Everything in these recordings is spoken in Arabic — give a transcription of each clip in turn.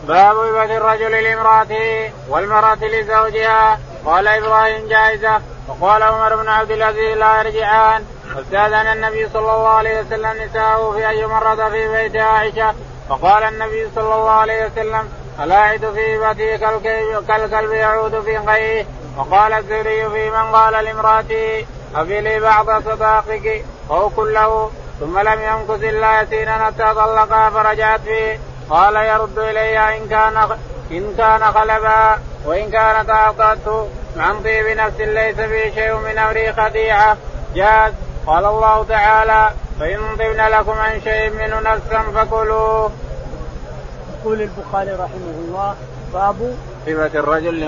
باب هبة الرجل لامرأته والمرأة لزوجها. قال إبراهيم جائزة. وقال عمر بن عبد العزيز لا يرجعان. واستأذن النبي صلى الله عليه وسلم نساءه في أي مرة في بيت عائشة فقال النبي صلى الله عليه وسلم الواحد في هبته كالكلب يعود في قيئه. وقال الزهري في من قال لامرأته أبي لي بعض صداقك أو كله ثم لم يمكث إلا يسيرا حتى طلقها فرجعت فيه قال يرد إليها إن كان خلبا وإن كانت أعطته عن طيب نفس ليس فيه شيء من أمره خديعة جاز. قال الله تعالى فإن طبن لكم عن شيء منه نفسا فكلوه. يقول البخاري رحمه الله باب هبة الرجل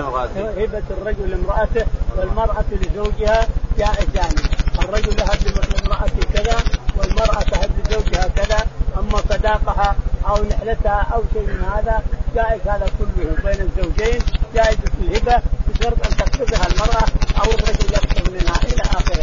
لامرأته والمرأة لزوجها جائزان. الرجل يهب لامرأته كذا والمرأة تهب لزوجها كذا. أما صداقها أو نحلتها أو شيء من هذا جائز هذا كله بين الزوجين جائز في الهبة بشرط أن تقبضها المرأة أو الرجل يقبض منها إلى آخره.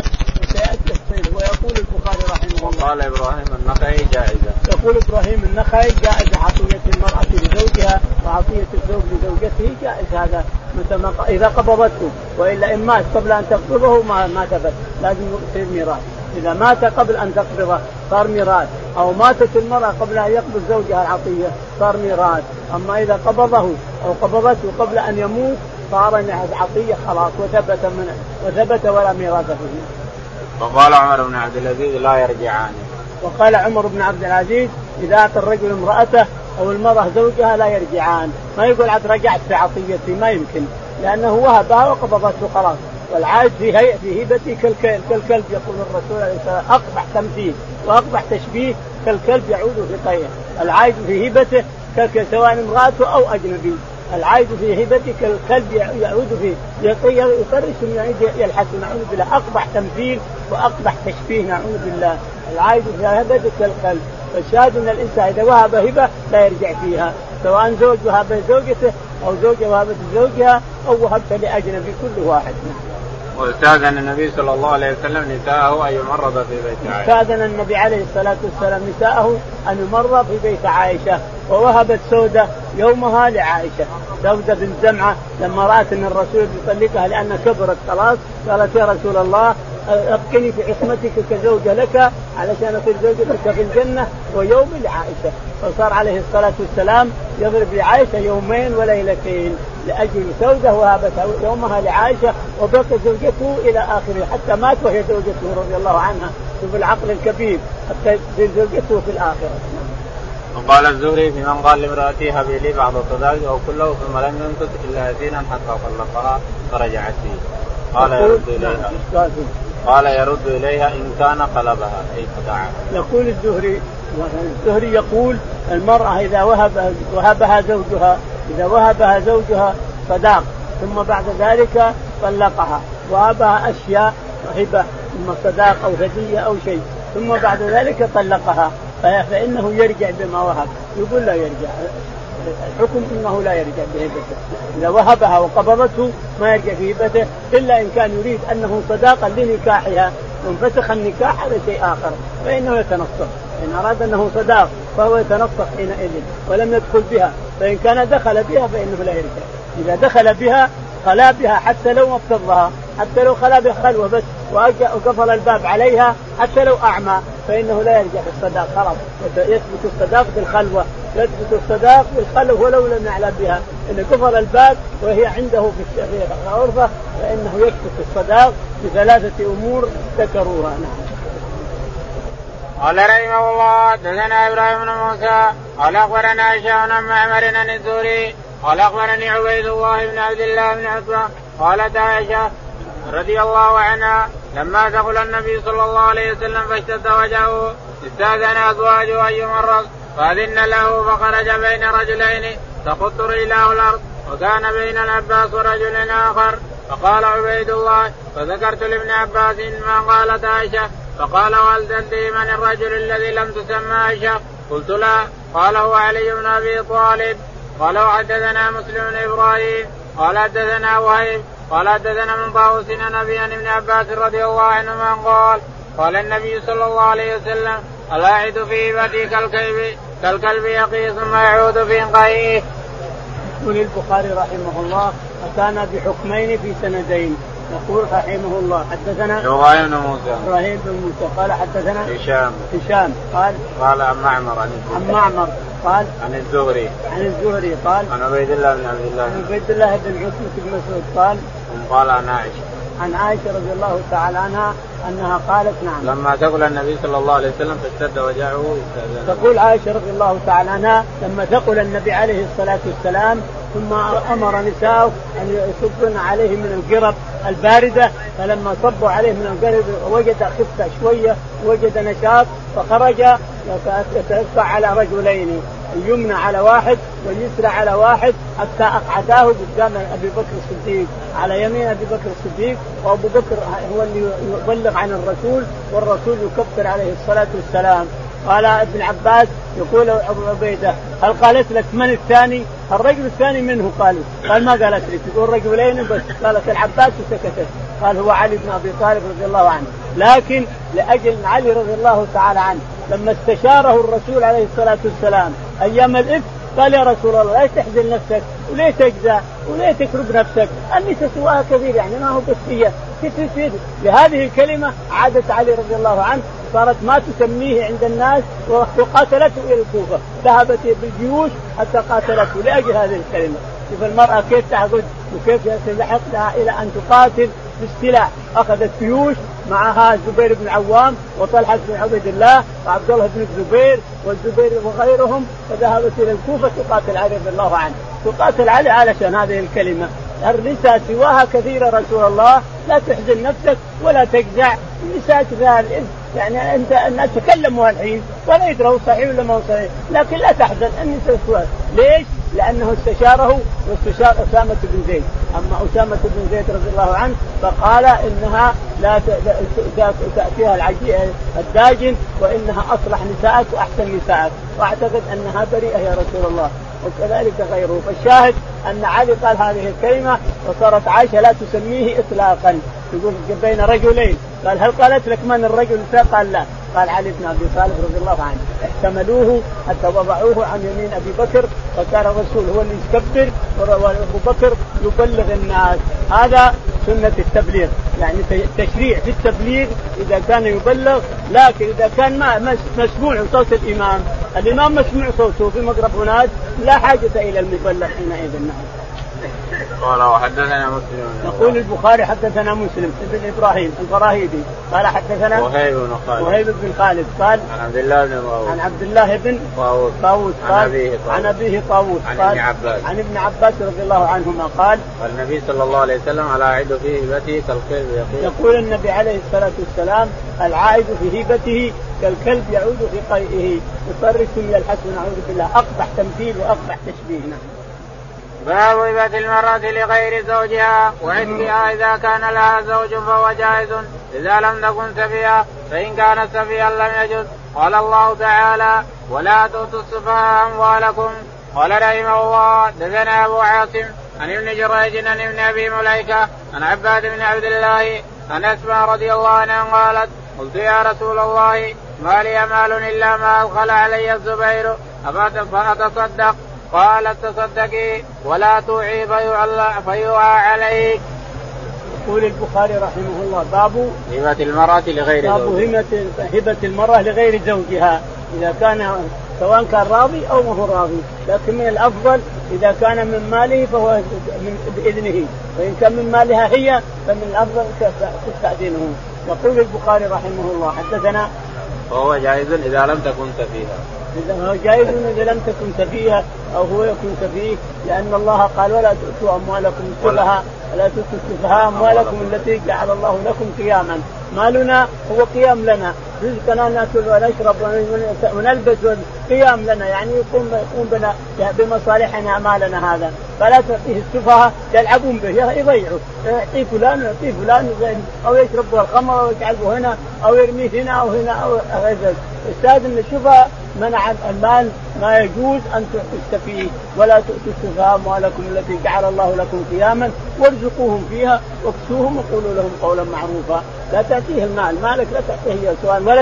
ويقول البخاري رحمه الله قال إبراهيم النخعي جائزة. يقول إبراهيم النخعي جائز عطية المرأة لزوجها وعطية الزوج لزوجته جائز هذا إذا قبضته. وإلا إن مات قبل أن تقبضه ما ثبت لازم يصير ميراث. إذا مات قبل أن تقبضه صار ميراث أو ماتت المرأة قبل أن يقبض زوجها العطية صار ميراث. أما إذا قبضه أو قبضته قبل أن يموت صار عطية خلاص وثبت ولا ميراث فيه. وقال عمر بن عبد العزيز لا يرجعان. وقال عمر بن عبد العزيز إذا أتى الرجل امرأته أو المرأة زوجها لا يرجعان. ما يقول عاد رجعت في عطيتي ما يمكن لأنه وهبها وقبضته خلاص. والعائد في هبتي كالكلب يقول الرسول عليه الصلاة والسلام أقبح تمثيل وأقبح تشبيه كالكلب يعود في قيئه. العائد في هبته سواء امرأته أو أجنبي. العائد في هبتك الكلب يعود فيه يطرش يلحس نعوذ بالله. أقبح تمثيل وأقبح تشبيه نعوذ بالله. العائد في هبتك الكلب. فالشاهد أن الإنسان إذا وهب هبة لا يرجع فيها سواء زوج وهب زوجته أو زوجة وهبت زوجها أو وهبت لأجنبي كل واحد. واستأذن النبي صلى الله عليه وسلم نساءه أن يمرض في بيت عائشة. استأذن النبي عليه الصلاة والسلام نساءه أن يمر في بيت عائشة. ووهبت سودة يومها لعائشة. سودة بن زمعة لما رأت أن الرسول يطلقها لأن كبرت خلاص قالت يا رسول الله أبقني في عصمتك كزوجة لك علشان أكون زوجتك في الجنة ويوم لعائشة. فصار عليه الصلاة والسلام يضرب لعائشة يومين وليلتين لأجل سودة وهبتها يومها لعائشة وبقى زوجته إلى آخره حتى مات وهي زوجته رضي الله عنها. شوف العقل الكبير حتى زوجته في الآخرة. وقال الزهري في من قال لامرأته هبي لي بعض الصداق أو كله ثم لم يمكث إلا يسيرا حتى طلقها فرجعت فيه قال يرد إليها إن كان قلبها أي خدعها. يقول الزهري يقول المرأة إذا وهبها زوجها صداق ثم بعد ذلك طلقها وهبها أشياء هبة ثم صداق أو هدية أو شيء ثم بعد ذلك طلقها فإنه يرجع بما وهب. يقول لا يرجع. الحكم إنه لا يرجع بهبته. إذا وهبها وقبضته ما يرجع بهبته إلا إن كان يريد أنه صداقا لنكاحها وانفسخ النكاح على شيء آخر فإنه يتنصف. إن أراد أنه صداق فهو يتنصف حينئذ ولم يدخل بها. فإن كان دخل بها فإنه لا يرجع. إذا دخل بها خلا بها حتى لو مفتضها حتى لو خلا بها خلوة بس وقفل الباب عليها حتى لو أعمى فإنه لا يرجع بالصداق خلاص. يثبت الصداق بالخلوة يثبت الصداق بالخلوة ولو لم يعلم بها إن قفل الباب وهي عنده في الغرفة فإنه يثبت الصداق بثلاثة أمور ذكروها. قال رحمه الله حدثنا إبراهيم بن موسى قال أخبرنا هشام بن معمر عن الزهري قال أخبرني عبيد الله بن عبد الله بن عتبة قالت عائشة رضي الله عنها لما دخل النبي صلى الله عليه وسلم فاشتد وجهه استأذن أزواجه أن يمرض فأذن له فخرج بين رجلين تخط رجلاه الأرض وكان بين العباس ورجل آخر. فقال عبيد الله فذكرت لابن عباس ما قالت عائشة فقال وهل تدري من الرجل الذي لم تسمى عائشة؟ قلت لا. قال هو علي بن أبي طالب. قال حدثنا مسلم بن إبراهيم قال حدثنا وهيب قال حدثنا من طاووس عن أبي عن ابن عباس رضي الله عنهما قال النبي صلى الله عليه وسلم الواحد في هبته كالكلب يقي ثم يعود في قيئه. يقول البخاري رحمه الله أتانا بحكمين في سندين. يقول رحمه الله حدثنا إبراهيم بن موسى قال حدثنا هشام قال عن معمر قال عن الزهري قال عن عبيد الله بن عتبة بن مسعود قال عن عائشة رضي الله تعالى عنها أنها قالت نعم لما ثقل النبي صلى الله عليه وسلم فاشتد وجعه. تقول عائشة رضي الله تعالى عنها لما ثقل النبي عليه الصلاة والسلام ثم أمر نساءه أن يصبن عليه من القرب الباردة، فلما صبوا عليه من القرب وجد خفة شوية وجد نشاط فخرج يتوقع على رجلين، اليمنى على واحد واليسرى على واحد، حتى أقعداه قدام أبي بكر الصديق على يمين أبي بكر الصديق، وأبو بكر هو اللي يبلغ عن الرسول والرسول يكبر عليه الصلاة والسلام. قال ابن عباس يقول أبو عبيدة هل قالت لك من الثاني؟ الرجل الثاني منه؟ قال ما قالت لي، تقول رجلين بس. قالت العباس وسكتت. قال هو علي بن أبي طالب رضي الله عنه، لكن لأجل علي رضي الله تعالى عنه لما استشاره الرسول عليه الصلاة والسلام أيام الإفك قال يا رسول الله لا تحزن نفسك وليه تجزع وليه تكرب نفسك، النساء سواها كثير يعني ما هو بس هي كثير. بهذه الكلمة عادت علي رضي الله عنه صارت ما تسميه عند الناس وقاتلته إلى الكوفة، ذهبت بالجيوش حتى قاتلته لأجل هذه الكلمة. شوف المرأة كيف تعقد وكيف يتلحق لها إلى أن تقاتل بالسلاح. أخذت جيوش معها الزبير بن عوام وطلحة بن عبيد الله وعبد الله بن الزبير والزبير وغيرهم، فذهبت إلى الكوفة تقاتل علي رضي الله عنه، تقاتل علي علشان هذه الكلمة. النساء سواها كثيرة رسول الله، لا تحزن نفسك ولا تجزع، النساء فيها الإذن يعني أنت الناس تكلموا الحين ولا يدروا صحيح ولا ما هو صحيح، لكن لا تحزن النساء سواها. ليش؟ لأنه استشاره واستشار أسامة بن زيد. أما أسامة بن زيد رضي الله عنه فقال إنها لا تأتيها الداجن وإنها أصلح نساءك وأحسن نساءك، وأعتقد أنها بريئة يا رسول الله، وكذلك غيره. فالشاهد أن علي قال هذه الكلمة وصارت عائشة لا تسميه إطلاقا، تقول بين رجلين. قال هل قالت لك من الرجل؟ قال لا، قال علي بن أبي طالب رضي الله عنه. احتملوه حتى وضعوه عن يمين أبي بكر، فكان الرسول هو اللي يكبر وأبو بكر يبلغ الناس. هذا سنة التبليغ، يعني تشريع في التبليغ إذا كان يبلغ، لكن إذا كان ما مسموع صوت الإمام مسموع صوته في مقرب هناك لا حاجة إلى المبلغ حينئذ. قال وحدثنا مسلم. يقول البخاري حدثنا مسلم بن إبراهيم الفراهيدي قال حدثنا وهيب بن خالد قال عن عبد الله بن طاووس قال عن أبيه طاووس قال عن ابن عباس رضي الله عنهما قال النبي صلى الله عليه وسلم العائد في هبته كالكلب يقول النبي عليه الصلاة والسلام العائد في هبته كالكلب يعود في قيئه، يصرف من الحسن نعوذ بالله. أقبح تمثيل وأقبح تشبيه. باب هبة المرأة لغير زوجها وعتقها إذا كان لها زوج فهو جائز إذا لم تكن سفيها، فإن كانت سفيها لم يجوز. قال الله تعالى ولا تؤتوا السفهاء أموالكم. قال رحمه الله دثنا أبو عاصم عن ابن جريج عن ابن أبي مليكة عن عباد بن عبد الله عن أسماء رضي الله عنها قالت قلت يا رسول الله ما لي مال إلا ما أدخل علي الزبير فأتصدق؟ قالت تصدقي ولا توعي فيوعى عليك. يقول البخاري رحمه الله باب هبة المرأة لغير زوجها. هبة المرأة لغير زوجها إذا كان سواء كان راضي أو ما هو راضي، لكن من الأفضل إذا كان من ماله فهو بإذنه، وإن كان من مالها هي فمن الأفضل تستأذنه. يقول البخاري رحمه الله حدثنا وهو جائز إذا لم تكن سفيها. إذا هو جائز إذا لم تكن سفيها أو هو يكون سفيه، لأن الله قال ولا تؤتوا أموالكم السفهاء ولا تؤتوا السفهاء أموالكم التي جعل الله لكم قياما. مالنا هو قيام لنا، رزقنا نأكل ونشرب ونلبس قيام لنا، يعني يقوم بنا بمصالحنا مالنا هذا، فلا تعطيه السفهاء يلعبون به يضيعوا، يعطي فلان ويعطي فلان أو يشربوا الخمر أو يجعلوا هنا أو يرميه هنا أو هنا أو غير ذلك. السادس من الشفهاء منع المال ما يجوز أن تعطوا السفيه ولا تؤتوا السفهاء أموالكم التي جعل الله لكم قياما وارزقوهم فيها واكسوهم وقولوا لهم قولا معروفا. لا تعطيه المال، مالك لا تعطيه سواء ولدك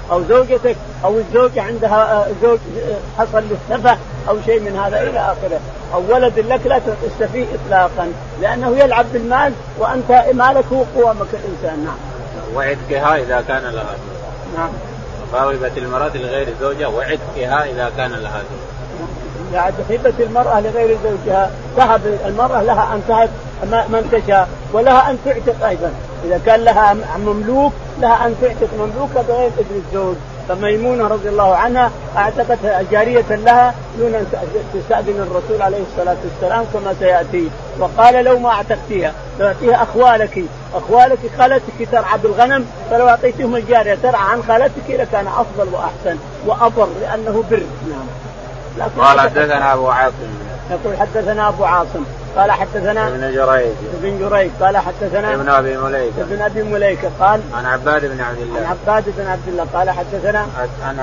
أو زوجتك أو الزوجة عندها زوج حصل للسفه أو شيء من هذا إلى آخره، أو ولد لك لا تستفيه إطلاقا، لأنه يلعب بالمال وأنت مالك هو قوامك الإنسان. نعم. وعتقها إذا كان لها زوج. نعم. فهبة المرأة لغير زوجها وعتقها إذا كان لها زوج. بعد هبة المرأة لغير زوجها تهب المرأة لها أن تهب من تشاء، ولها أن تعتق أيضا إذا كان لها مملوك لها أن تعتق مملوكة بغير إذن الزوج. فميمونة رضي الله عنها اعتقت جارية لها دون أن تستأذن الرسول عليه الصلاة والسلام كما سيأتي، وقال لو ما اعتقتيها لو أعطيها أخوالك خالتك ترعى بالغنم، فلو أعطيتهم الجارية ترعى عن خالتك لكان أفضل وأحسن وأبر لأنه بر. نعم. قال حدثنا أبو عاصم يقول حدثنا أبو عاصم قال حدثنا ابن جريج قال حدثنا ابن أبي مليكة قال عن عباد بن عبد الله قال حدثنا عن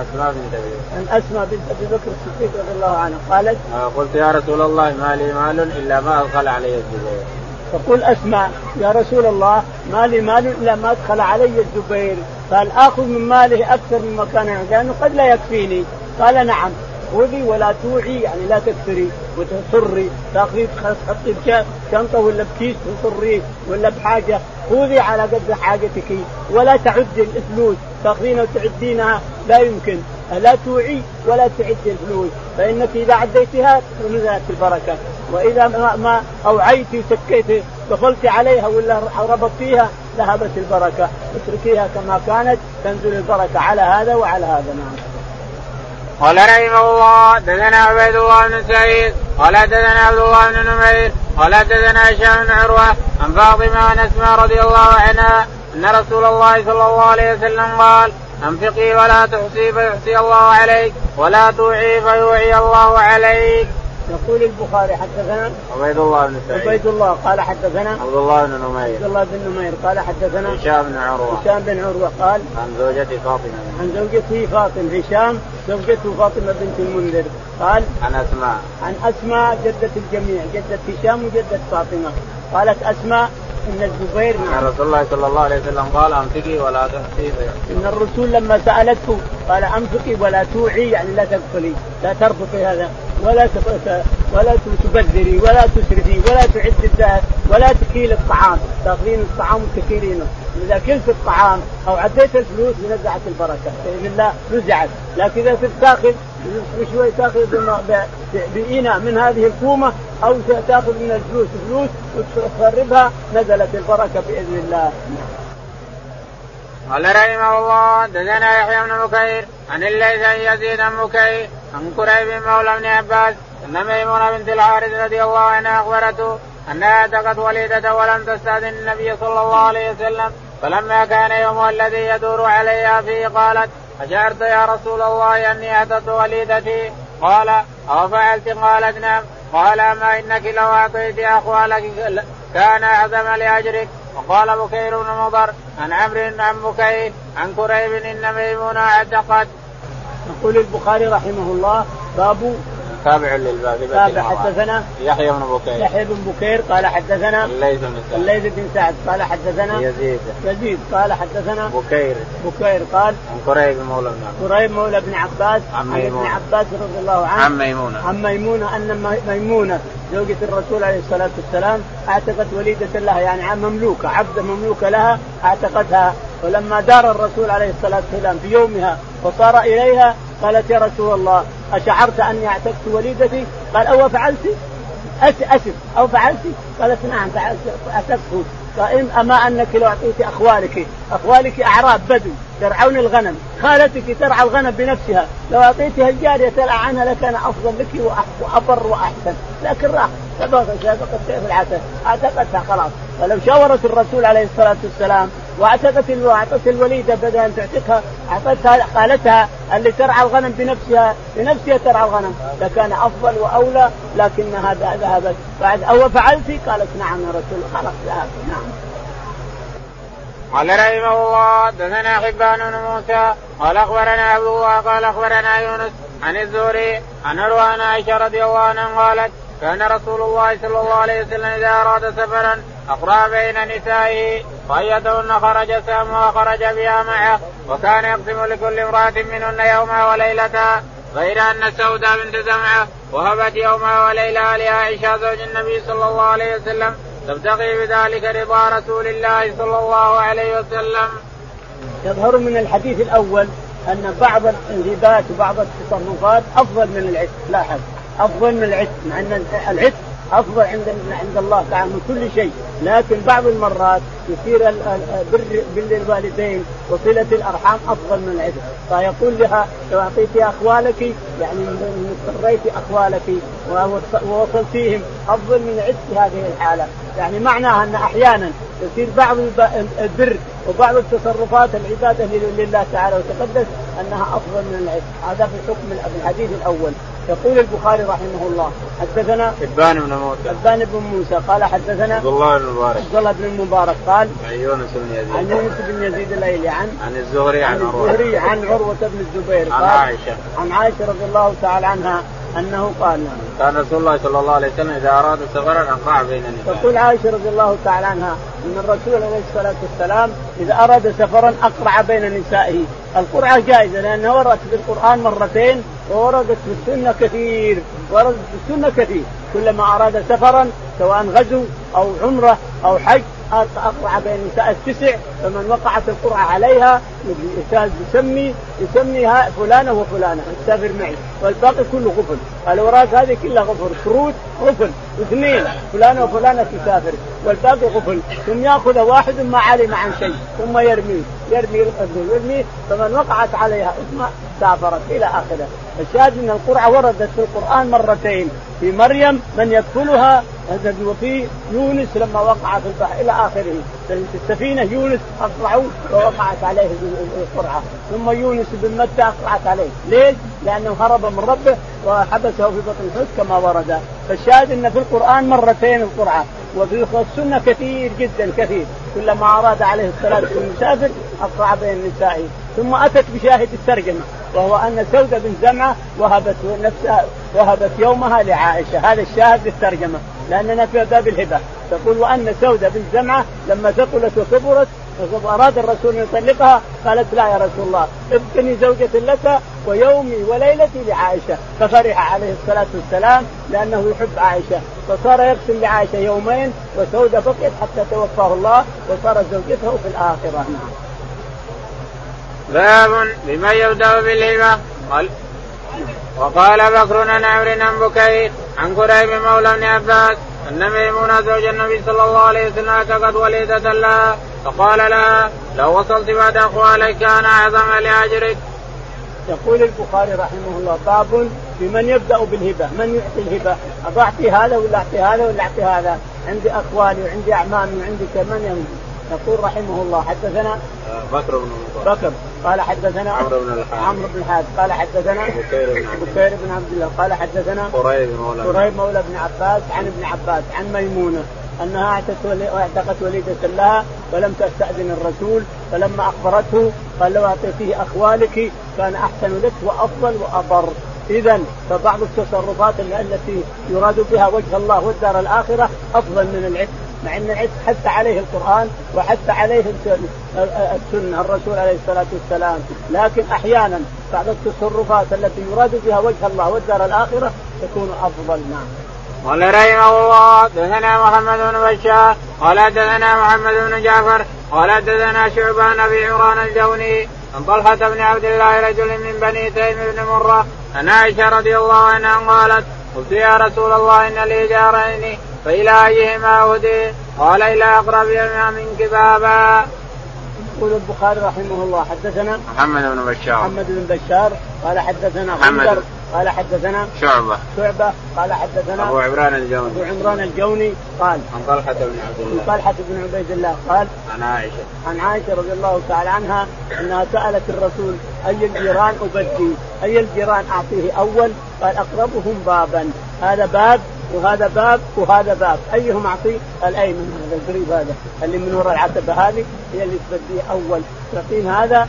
أسماء بنت أبي بكر الصديق رضي الله عنه قالت قلت يا رسول الله ما لي مال إلا ما أدخل علي الزبير. تقول أسماء يا رسول الله ما لي مال إلا ما أدخل علي الزبير، قال آخذ من ماله أكثر مما كان عنده لأنه قد لا يكفيني. قال نعم خذي ولا توعي يعني لا تكثري وتصري، تاخذي تحطي بشنطه ولا بكيس تصري ولا بحاجه، خذي على قدر حاجتك ولا تعدي الفلوس تاخذينها وتعدينها، لا يمكن لا توعي ولا تعدي الفلوس، فانك اذا عديتها نزلت البركه، واذا ما اوعيتي وسكيتي دخلتي عليها ولا ربطتيها ذهبت البركه، اتركيها كما كانت تنزل البركه على هذا وعلى هذا. نعم. قال رحمه الله حدثنا عبيد الله بن سعيد قال حدثنا عبد الله بن نمير قال حدثنا هشام بن عروة عن فاطمة عن أسماء رضي الله عنها أن رسول الله صلى الله عليه وسلم قال أنفقي ولا تحصي فيحصي الله عليك ولا توعي فيوعي الله عليك. يقول البخاري حدثنا عبيد الله بن سعيد عبيد الله قال حدثنا عبد الله بن نمير قال حدثنا هشام بن عروة قال عن زوجته فاطمة هشام زوجته فاطمة بنت المنذر قال عن أسماء جدة الجميع جدة هشام وجدة فاطمة قالت أسماء إن الزبير أن رسول الله صلى الله عليه وسلم قال أنفقي ولا تحصي. إن الرسول لما سألته قال أنفقي ولا توعي يعني لا تغفلي لا ترفقي هذا ولا تبذري ولا تسرفي ولا تعد الذهب ولا تكيل الطعام، تاخذين الطعام وتكيلينه، إذا كلت الطعام أو عديت الفلوس نزعت البركة بإذن الله نزعت، لكن إذا تاخذ شوي تاخذ بإناء من هذه الكومة أو تاخذ من الفلوس وتخربها نزلت البركة بإذن الله. قال رحمه الله حدثنا يحيى بن بكير عن الليث عن يزيد بن بكير عن كريب مولى بن عباس أن ميمونة بنت الحارث رضي الله عنها أخبرته أنها اعتقت وليدة ولم تستأذن النبي صلى الله عليه وسلم، فلما كان يوم الذي يدور عليها فيه قالت أشعرت يا رسول الله أني أعتقت وليدتي؟ قال أو فعلت؟ قالت نعم. قال أما إنك لو أعطيت أخوالك كان أعظم لأجرك. وقال بكير بن مضر عن عمرو عن بكير عن كريب إن ميمونة اعتقت. يقول البخاري رحمه الله باب تابع للباب حدثنا يحيى بن بكير قال حدثنا الليث بن سعد قال حدثنا يزيد قال حدثنا بكير قال عن كريب مولى بن عباس عن ابن عباس رضي الله عنه عن ميمونة أن ميمونة زوجة الرسول عليه الصلاة والسلام اعتقت وليدة لها يعني مملوكة عبد مملوكة لها اعتقتها، ولما دار الرسول عليه الصلاة والسلام في يومها وصار إليها قالت يا رسول الله أشعرت أني اعتقت وليدتي؟ قال أو فعلت؟ أسف أو فعلت؟ قالت نعم اعتقته. قال أما أنك لو أعطيت أخوالك أعراب بدو ترعون الغنم، خالتك ترعى الغنم بنفسها، لو أعطيتها الجارية ترعى عنها لكان أفضل لك وأبر وأحسن، لكن راح سبقت سيف العسل اعتقتها خلاص. فلو شاورت الرسول عليه الصلاة والسلام واعتقت الوليدة بدل أن تعتقها أعطتها قالتها اللي ترعى الغنم بنفسها ترعى الغنم لكان أفضل وأولى، لكنها ذهبت بعد أو فعلتي؟ قالت نعم يا رسول خلاص ذهب. نعم. قال رحمه الله حدثنا حبان بن موسى قال أخبرنا عبد الله قال أخبرنا يونس عن الزهري عن عروة عائشة رضي الله عنها قالت كان رسول الله صلى الله عليه وسلم إذا أراد سفرا أقرأ بين نسائه فأيتهن خرج سهمها خرج بها معه وكان يقسم لكل امرأة منهن يومها وليلتها غير أن سودة بنت زمعة وهبت يومها وليلها لعائشة زوج النبي صلى الله عليه وسلم تبتغي بذلك رضا رسول الله صلى الله عليه وسلم. يظهر من الحديث الأول أن بعض الهبات وبعض التصرفات أفضل من العتق. لاحظ أفضل من العتق مع أن العتق أفضل عند الله تعالى من كل شيء، لكن بعض المرات يصير بر الوالدين وصلة الأرحام أفضل من العتق. فيقول لها لو أعطيت أخوالك يعني اضطريت أخوالك ووصلتيهم أفضل من العتق في هذه الحالة. يعني معناها أن أحيانا يصير بعض البر وبعض التصرفات العبادة لله تعالى وتقدس أنها أفضل من العتق. هذا في حكم الحديث الأول. يقول البخاري رحمه الله حدثنا حبان بن موسى قال حدثنا عبد الله بن المبارك قال عن يونس بن يزيد الايلي عن الزهري عن عروة بن الزبير قال عن عائشة رضي الله تعالى عنها أنه قال كان رسول الله صلى الله عليه وسلم إذا أراد سفرا أقرع بين النساء. تقول عائشة رضي الله تعالى عنها أن الرسول عليه الصلاة والسلام إذا أراد سفرا أقرع بين نسائه. القرعة جائزة لأنها وردت في القرآن مرتين ووردت في السنة كثير. كلما أراد سفرا سواء غزو أو عمرة أو حج أقرع بين النساء 9. فمن وقعت القرعة عليها يسميها فلانة وفلانة تسافر معي والباقي كله غفل. الأوراق هذه كلها غفل، شروط غفل، 2 فلانة وفلانة تسافر والباقي غفل. ثم يأخذ واحد ما علم عن شيء ثم يرمي فمن وقعت عليها اسمها سافرت إلى آخره. الشاهد أن القرعة وردت في القرآن مرتين، في مريم من يدخلها وفي يونس لما وقع في البحر إلى آخره. في السفينة يونس أقرعوا ووقعت عليه القرعة، ثم يونس بن متى أقرعت عليه. ليش؟ لأنه هرب من ربه وحبسه في بطن الحوت كما ورد. فالشاهد أن في القرآن مرتين القرعة، وفي السنة كثير. كلما أراد عليه الصلاة والسلام مسافر أقرع بين النساء. ثم أتت بشاهد الترجمة وهو أن سودة بن زمعة وهبت يومها لعائشة. هذا الشاهد للترجمة لأننا في باب الهبة. تقول وأن سودة بن زمعة لما ثقلت وكبرت أراد الرسول أن يطلقها قالت لا يا رسول الله ابقني زوجة لك ويومي وليلتي لعائشة. ففرح عليه الصلاة والسلام لأنه يحب عائشة فصار يقسم لعائشة يومين وسودة بقيت حتى توفاه الله وصارت زوجته في الآخرة. باب بمن يبدأ بالهبة. وقال بكر عن عمرو عن بكير عن كريب مولى بن عباس أن ميمونة زوج النبي صلى الله عليه وسلم اعتقت وليدة لها فقال لها لو وصلت بعد أخوالك كان أعظم لأجرك. يقول البخاري رحمه الله باب بمن يبدأ بالهبة. من يعطي الهبة؟ أعطي هذا ولا أعطي هذا ولا أعطي هذا؟ عندي أخوالي وعندي أعمامي وعندي كمان يمدي. يقول رحمه الله حدثنا بكر قال حدثنا عمرو بن الحارث قال حدثنا بكير بن عبد الله قال حدثنا قريب مولى بن عباس عن ابن عباس عن ميمونة أنها اعتقت وليدة لها ولم تستأذن الرسول فلما أخبرته قال لو أعطيتيه أخوالك كان أحسن لك وأفضل وأبر. إذن فبعض التصرفات التي يراد بها وجه الله والدار الآخرة أفضل من العتق، مع أن العتق حث عليه القرآن وحث عليه السنة الرسول عليه الصلاة والسلام. لكن أحيانا بعض التصرفات التي يراد بها وجه الله والدار الآخرة تكون أفضل. نعم. قال رحمه الله دثنا محمد بن بشار قال دثنا محمد بن جعفر قال دثنا شعبان أبي عمران الجوني عن طلحة بن عبد الله رجل من بني تيم بن مرة عن عائشة رضي الله عنها قالت قلت يا رسول الله إن لي جارين فإلى أيهما أهدي قال إلى أقربهما منك بابا. يقول البخاري رحمه الله حدثنا محمد بن بشار قال حدثنا محمد قال حدثنا شعبة قال حدثنا أبو عمران الجوني قال عن طلحة بن عبيد الله قال عن عائشة رضي الله تعالى عنها أنها سألت الرسول أي الجيران أبدي أي الجيران أعطيه أول؟ قال أقربهم بابا. هذا باب وهذا باب وهذا باب أيهم أعطيه؟ الأيمن هذا القريب هذا اللي من وراء العتبة هذه هي اللي تبديه أول. تعطين هذا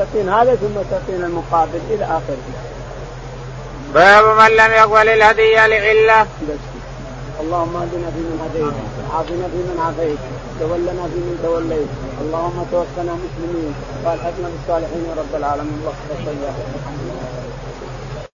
ثم تعطين المقابل إلى آخره. باب من لم يقبل الهدية لعلة. اللهم اهدنا فيمن هديت وعافنا فيمن عافيت تولنا فيمن توليت اللهم توفنا مسلمين والحقنا بالصالحين يا رب العالمين. اللهم صل على محمد.